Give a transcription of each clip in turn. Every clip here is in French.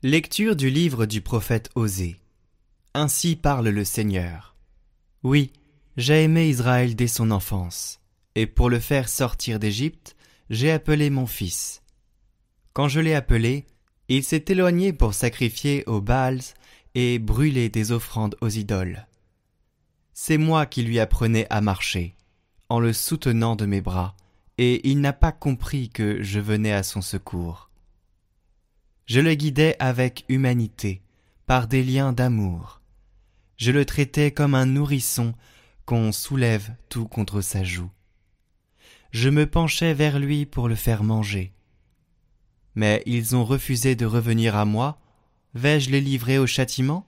Lecture du livre du prophète Osée. Ainsi parle le Seigneur. Oui, j'ai aimé Israël dès son enfance, et pour le faire sortir d'Égypte, j'ai appelé mon fils. Quand je l'ai appelé, il s'est éloigné pour sacrifier aux Baals et brûler des offrandes aux idoles. C'est moi qui lui apprenais à marcher, en le soutenant de mes bras, et il n'a pas compris que je venais à son secours. Je le guidais avec humanité, par des liens d'amour. Je le traitais comme un nourrisson qu'on soulève tout contre sa joue. Je me penchais vers lui pour le faire manger. Mais ils ont refusé de revenir à moi. Vais-je les livrer au châtiment?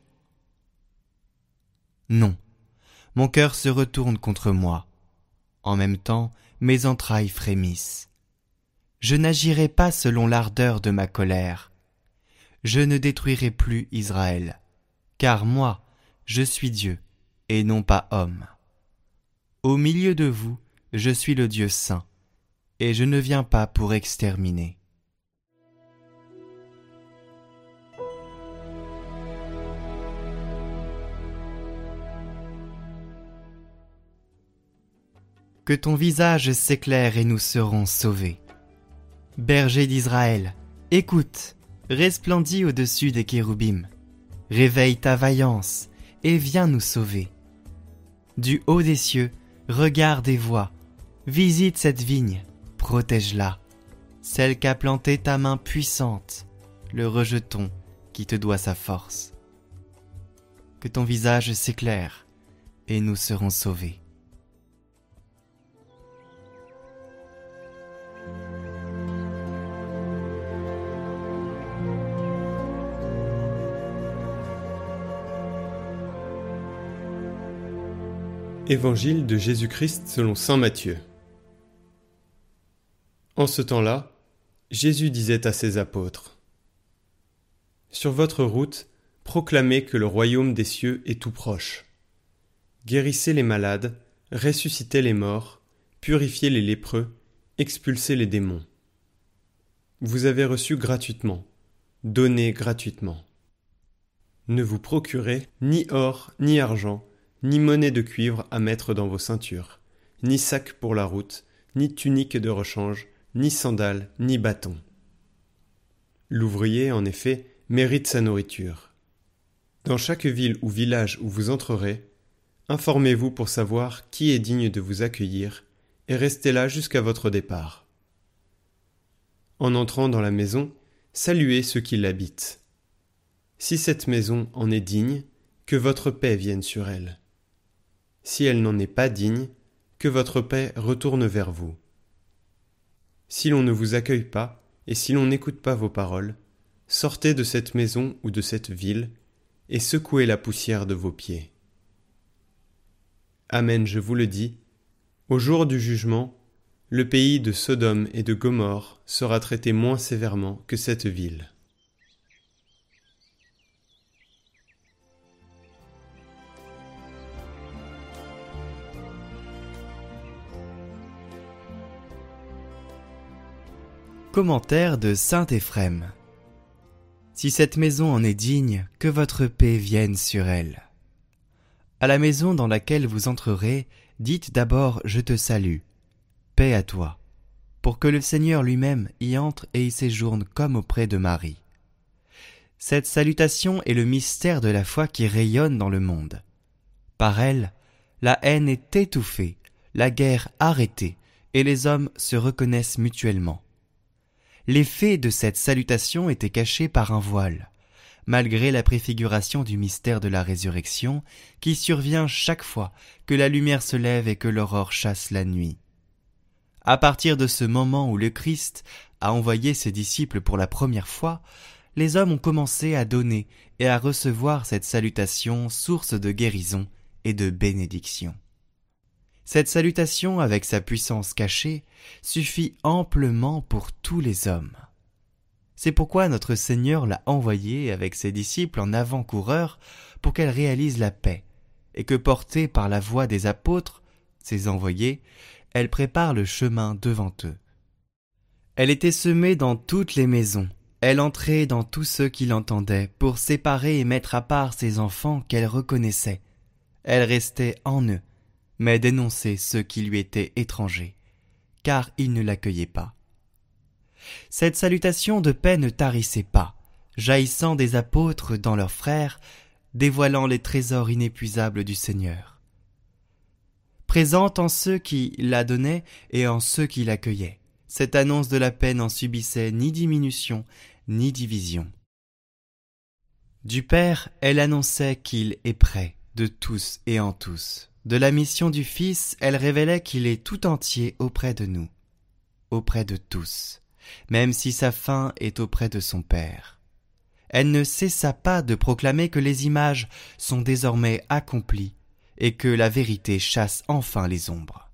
Non, mon cœur se retourne contre moi. En même temps, mes entrailles frémissent. Je n'agirai pas selon l'ardeur de ma colère. Je ne détruirai plus Israël, car moi, je suis Dieu, et non pas homme. Au milieu de vous, je suis le Dieu saint, et je ne viens pas pour exterminer. Que ton visage s'éclaire et nous serons sauvés. Berger d'Israël, écoute, resplendis au-dessus des kéroubim. Réveille ta vaillance et viens nous sauver. Du haut des cieux, regarde et vois. Visite cette vigne, protège-la. Celle qu'a plantée ta main puissante, le rejeton qui te doit sa force. Que ton visage s'éclaire et nous serons sauvés. Évangile de Jésus-Christ selon saint Matthieu. En ce temps-là, Jésus disait à ses apôtres : « Sur votre route, proclamez que le royaume des cieux est tout proche. Guérissez les malades, ressuscitez les morts, purifiez les lépreux, expulsez les démons. Vous avez reçu gratuitement, donnez gratuitement. Ne vous procurez ni or ni argent, ni monnaie de cuivre à mettre dans vos ceintures, ni sac pour la route, ni tunique de rechange, ni sandales, ni bâton. L'ouvrier, en effet, mérite sa nourriture. Dans chaque ville ou village où vous entrerez, informez-vous pour savoir qui est digne de vous accueillir, et restez là jusqu'à votre départ. En entrant dans la maison, saluez ceux qui l'habitent. Si cette maison en est digne, que votre paix vienne sur elle. Si elle n'en est pas digne, que votre paix retourne vers vous. Si l'on ne vous accueille pas, et si l'on n'écoute pas vos paroles, sortez de cette maison ou de cette ville, et secouez la poussière de vos pieds. Amen, je vous le dis, au jour du jugement, le pays de Sodome et de Gomorrhe sera traité moins sévèrement que cette ville. Commentaire de saint Éphrem. Si cette maison en est digne, que votre paix vienne sur elle. À la maison dans laquelle vous entrerez, dites d'abord « Je te salue », paix à toi, pour que le Seigneur lui-même y entre et y séjourne comme auprès de Marie. Cette salutation est le mystère de la foi qui rayonne dans le monde. Par elle, la haine est étouffée, la guerre arrêtée, et les hommes se reconnaissent mutuellement. L'effet de cette salutation était caché par un voile, malgré la préfiguration du mystère de la résurrection qui survient chaque fois que la lumière se lève et que l'aurore chasse la nuit. À partir de ce moment où le Christ a envoyé ses disciples pour la première fois, les hommes ont commencé à donner et à recevoir cette salutation, source de guérison et de bénédiction. Cette salutation, avec sa puissance cachée, suffit amplement pour tous les hommes. C'est pourquoi notre Seigneur l'a envoyée avec ses disciples en avant-coureurs pour qu'elle réalise la paix, et que portée par la voix des apôtres, ses envoyés, elle prépare le chemin devant eux. Elle était semée dans toutes les maisons, Elle entrait dans tous ceux qui l'entendaient pour séparer et mettre à part ses enfants qu'elle reconnaissait. Elle restait en eux, mais dénonçait ceux qui lui étaient étrangers, car ils ne l'accueillaient pas. Cette salutation de paix ne tarissait pas, jaillissant des apôtres dans leurs frères, dévoilant les trésors inépuisables du Seigneur. Présente en ceux qui la donnaient et en ceux qui l'accueillaient, cette annonce de la paix n'en subissait ni diminution ni division. Du Père, elle annonçait qu'il est près de tous et en tous. De la mission du Fils, elle révélait qu'il est tout entier auprès de nous, auprès de tous, même si sa fin est auprès de son Père. Elle ne cessa pas de proclamer que les images sont désormais accomplies et que la vérité chasse enfin les ombres.